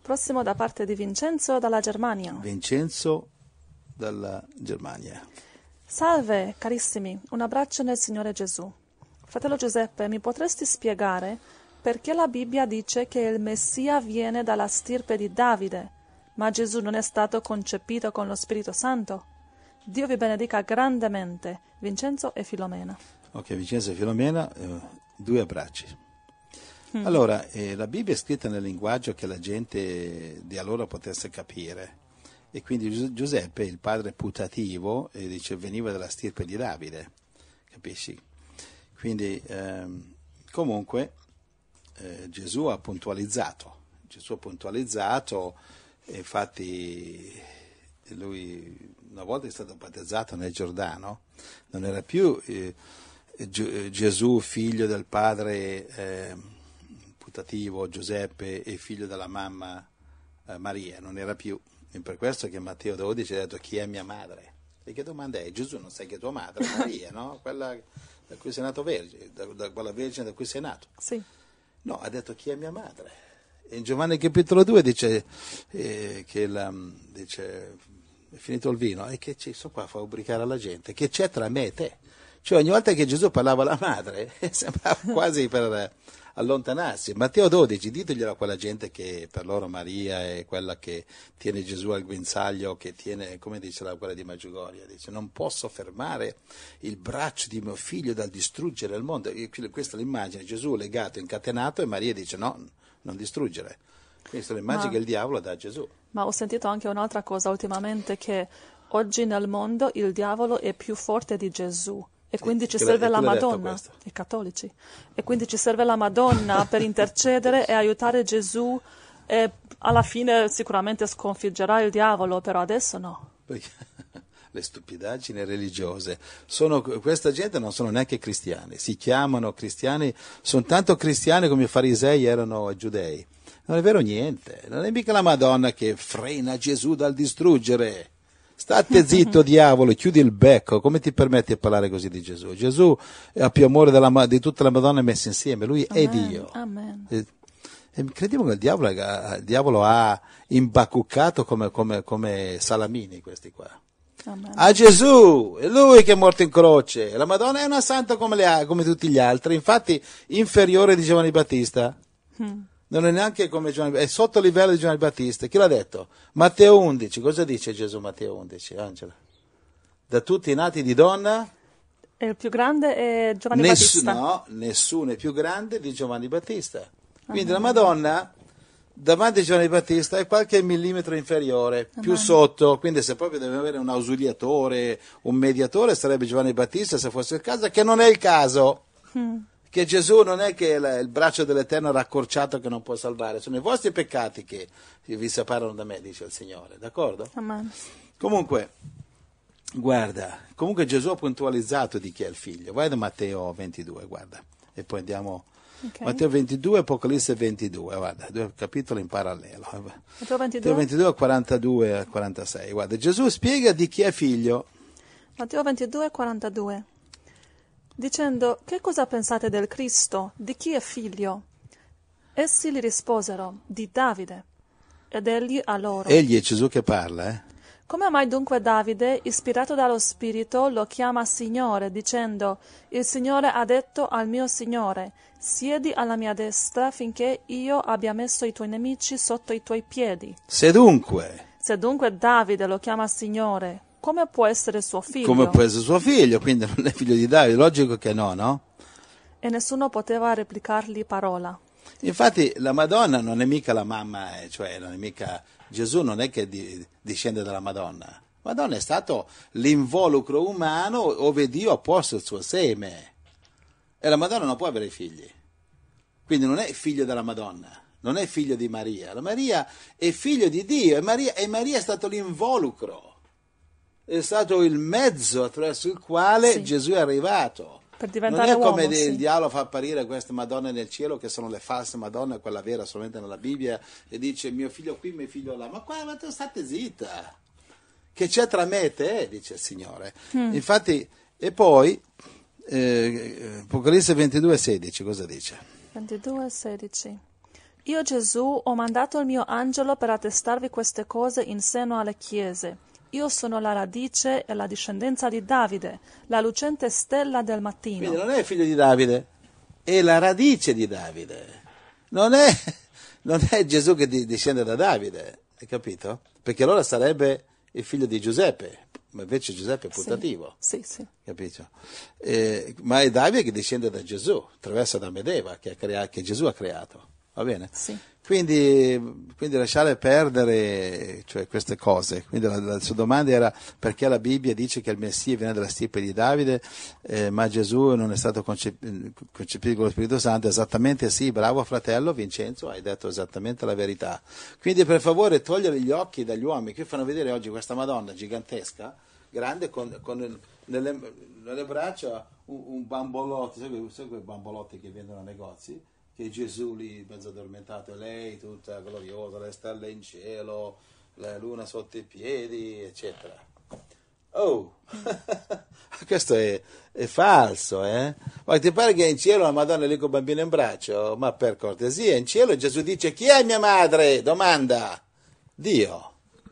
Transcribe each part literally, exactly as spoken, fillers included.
Prossimo da parte di Vincenzo dalla Germania. Vincenzo dalla Germania. Salve, carissimi, un abbraccio nel Signore Gesù. Fratello Giuseppe, mi potresti spiegare perché la Bibbia dice che il Messia viene dalla stirpe di Davide, ma Gesù non è stato concepito con lo Spirito Santo? Dio vi benedica grandemente. Vincenzo e Filomena. Ok, Vincenzo e Filomena, eh, due abbracci. Allora, eh, la Bibbia è scritta nel linguaggio che la gente di allora potesse capire, e quindi Gius- Giuseppe, il padre putativo, eh, dice, veniva dalla stirpe di Davide, capisci? Quindi, ehm, comunque, eh, Gesù ha puntualizzato, Gesù ha puntualizzato, e infatti lui una volta è stato battezzato nel Giordano, non era più eh, G- Gesù figlio del padre eh, putativo Giuseppe e figlio della mamma eh, Maria, non era più. E per questo che Matteo dodici ha detto: chi è mia madre? E che domanda è? Gesù non sai che è tua madre? Maria, no? Quella da cui sei nato vergine, da, da quella vergine da cui sei nato. Sì. No, ha detto: chi è mia madre? E in Giovanni capitolo due dice eh, che la, dice, è finito il vino, e che ci sono qua a far ubriacare la gente, che c'è tra me e te? Cioè ogni volta che Gesù parlava alla madre sembrava quasi per allontanarsi. Matteo dodici, diteglielo a quella gente che per loro Maria è quella che tiene Gesù al guinzaglio, che tiene, come dice la quella di Maggiugoria, dice: non posso fermare il braccio di mio figlio dal distruggere il mondo. E questa è l'immagine, Gesù legato, incatenato, e Maria dice: no, non distruggere. Questa è l'immagine Ma- che il diavolo dà a Gesù. Ma ho sentito anche un'altra cosa ultimamente, che oggi nel mondo il diavolo è più forte di Gesù. E quindi ci chi serve l'ha- la chi l'ha detto Madonna, questo? i cattolici, e quindi ci serve la Madonna per intercedere e aiutare Gesù, e alla fine sicuramente sconfiggerà il diavolo, però adesso no. Perché le stupidaggini religiose sono, questa gente non sono neanche cristiani, si chiamano cristiani, sono tanto cristiani come i farisei erano giudei. Non è vero niente, non è mica la Madonna che frena Gesù dal distruggere. State zitto, diavolo, chiudi il becco. Come ti permetti di parlare così di Gesù? Gesù ha più amore della, di tutte le Madonne messe insieme, lui è Amen, Dio. amen. E, e crediamo che il diavolo, il diavolo ha imbacuccato come, come, come salamini questi qua. Amen. A Gesù, è lui che è morto in croce. La Madonna è una santa come, le, come tutti gli altri, infatti inferiore di Giovanni Battista. Mm. Non è neanche come Giovanni, è sotto il livello di Giovanni Battista. Chi l'ha detto? Matteo undici. Cosa dice Gesù Matteo undici, Angela? Da tutti i nati di donna? E il più grande è Giovanni Nessu- Battista. no, nessuno è più grande di Giovanni Battista. Quindi la Madonna davanti a Giovanni Battista è qualche millimetro inferiore, più sotto. Quindi se proprio deve avere un ausiliatore, un mediatore, sarebbe Giovanni Battista, se fosse il caso, che non è il caso. Mm. Che Gesù non è che il, il braccio dell'Eterno raccorciato che non può salvare, sono i vostri peccati che vi separano da me, dice il Signore, d'accordo? Amen. Comunque, guarda, comunque Gesù ha puntualizzato di chi è il figlio. Vai da Matteo ventidue, guarda, e poi andiamo. Ok. Matteo ventidue, Apocalisse ventidue, guarda, due capitoli in parallelo. Matteo ventidue? Matteo ventidue, quarantadue a quarantasei, guarda, Gesù spiega di chi è figlio. Matteo ventidue, quarantadue. Dicendo: che cosa pensate del Cristo? Di chi è figlio? Essi gli risposero: di Davide. Ed egli a loro: Egli è Gesù che parla, eh? come mai dunque Davide, ispirato dallo Spirito, lo chiama Signore, dicendo: il Signore ha detto al mio Signore: siedi alla mia destra finché io abbia messo i tuoi nemici sotto i tuoi piedi. Se dunque, Se dunque Davide lo chiama Signore, come può essere suo figlio? come può essere suo figlio, quindi non è figlio di Davide, logico che no, no? E nessuno poteva replicargli parola. Infatti la Madonna non è mica la mamma, eh, cioè non è mica Gesù, non è che di, discende dalla Madonna. Madonna è stato l'involucro umano dove Dio ha posto il suo seme. E la Madonna non può avere figli. Quindi non è figlio della Madonna, non è figlio di Maria. La Maria è figlio di Dio e Maria, e Maria è stato l'involucro. È stato il mezzo attraverso il quale Sì. Gesù è arrivato. Per Non diventare è come uomo, il sì. diavolo fa apparire queste Madonne nel cielo, che sono le false Madonne, quella vera solamente nella Bibbia, e dice mio figlio qui, mio figlio là. Ma qua, ma tu state zitta, che c'è tra me e te, dice il Signore. Mm. Infatti, e poi, eh, Apocalisse ventidue, sedici, cosa dice? ventidue, sedici. Io Gesù ho mandato il mio angelo per attestarvi queste cose in seno alle chiese. Io sono la radice e la discendenza di Davide, la lucente stella del mattino. Quindi non è figlio di Davide, è la radice di Davide. Non è, non è Gesù che di- discende da Davide, hai capito? Perché allora sarebbe il figlio di Giuseppe, ma invece Giuseppe è putativo. Sì, sì. Capito? Eh, ma è Davide che discende da Gesù, attraverso Adamo ed Eva, che, ha crea- che Gesù ha creato, va bene? Sì. Quindi, quindi lasciare perdere, cioè, queste cose. Quindi la, la sua domanda era perché la Bibbia dice che il Messia viene dalla stirpe di Davide, eh, ma Gesù non è stato concep- concepito con lo Spirito Santo. Esattamente sì, bravo fratello Vincenzo, hai detto esattamente la verità. Quindi per favore togliere gli occhi dagli uomini. Qui fanno vedere oggi questa Madonna gigantesca, grande, con, con nelle, nelle braccia un, un bambolotto, sai, sai quei bambolotti che vendono nei negozi? Che Gesù lì mezzo addormentato e lei tutta gloriosa, le stelle in cielo, la luna sotto i piedi, eccetera. Oh, questo è, è falso, eh? Ma ti pare che in cielo la Madonna è lì con il bambino in braccio? Ma per cortesia, in cielo Gesù dice: chi è mia madre? Domanda. Dio.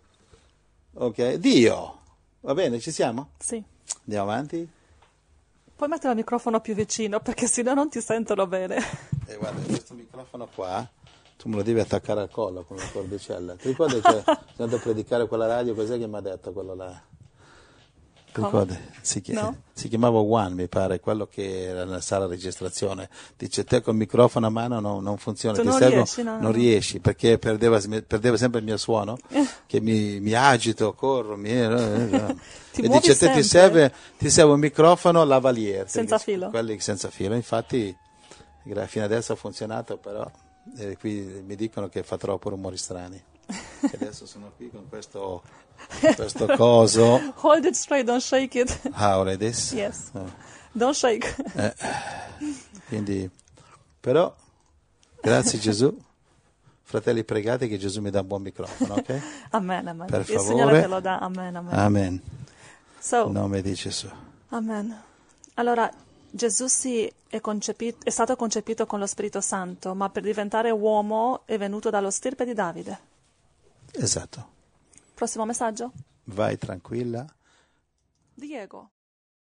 Ok, Dio. Va bene, ci siamo? Sì. Andiamo avanti? Puoi mettere il microfono più vicino perché sennò non ti sentono bene. E guarda, questo microfono qua, tu me lo devi attaccare al collo con una cordicella. Ti ricordi che sono andato a predicare quella radio, cos'è che mi ha detto quello là? Ti ricordi? Si, chi- No. si chiamava Juan, mi pare, quello che era nella sala registrazione. Dice, te col microfono a mano no- non funziona, Tu ti non servo- riesci, no, non no. riesci, perché perdeva, perdeva sempre il mio suono, che mi, mi agito, corro, mi... Ti e muovi dice, te ti sempre. serve, ti serve un microfono lavalier. Senza Perché filo. Quelli senza filo, infatti... Fino adesso ha funzionato, però eh, qui mi dicono che fa troppo rumori strani. E adesso sono qui con questo, questo coso. Hold it straight, don't shake it. How it is? Yes. Eh, Don't shake. eh, quindi, però, grazie Gesù. Fratelli, pregate che Gesù mi dà un buon microfono, ok? Amen, amen. Per Il favore. Signore te lo dà. Amen, amen. Amen. So, In nome di Gesù. amen. Allora, Gesù si è, concepito, è stato concepito con lo Spirito Santo, ma per diventare uomo è venuto dallo stirpe di Davide. Esatto. Prossimo messaggio? Vai tranquilla. Diego.